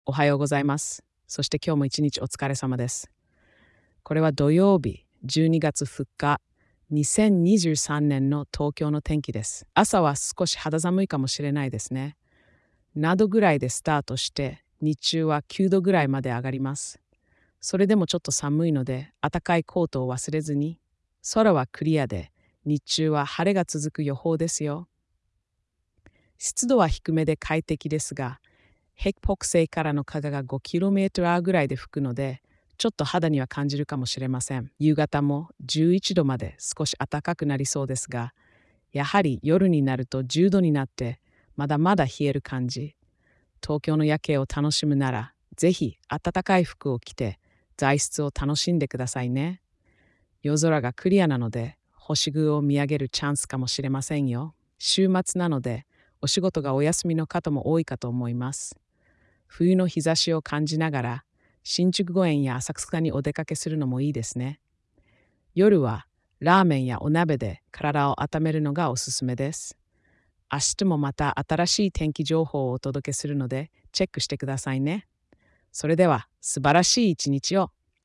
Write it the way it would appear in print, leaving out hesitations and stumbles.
おはようございます。そして今日も一日お疲れ様です。これは土曜日、12月2日、2023年の東京の天気です。朝は少し肌寒いかもしれないですね。7度ぐらいでスタートして、日中は9度ぐらいまで上がります。それでもちょっと寒いので、暖かいコートを忘れずに。空はクリアで、日中は晴れが続く予報ですよ。湿度は低めで快適ですが、北西からの風が 5km ぐらいで吹くので、ちょっと肌には感じるかもしれません。夕方も11度まで少し暖かくなりそうですが、やはり夜になると10度になって、まだまだ冷える感じ。東京の夜景を楽しむなら、ぜひ暖かい服を着て、材質を楽しんでくださいね。夜空がクリアなので、星空を見上げるチャンスかもしれませんよ。週末なので、お仕事がお休みの方も多いかと思います。冬の日差しを感じながら、新宿御苑や浅草にお出かけするのもいいですね。夜はラーメンやお鍋で体を温めるのがおすすめです。明日もまた新しい天気情報をお届けするので、チェックしてくださいね。それでは素晴らしい一日を。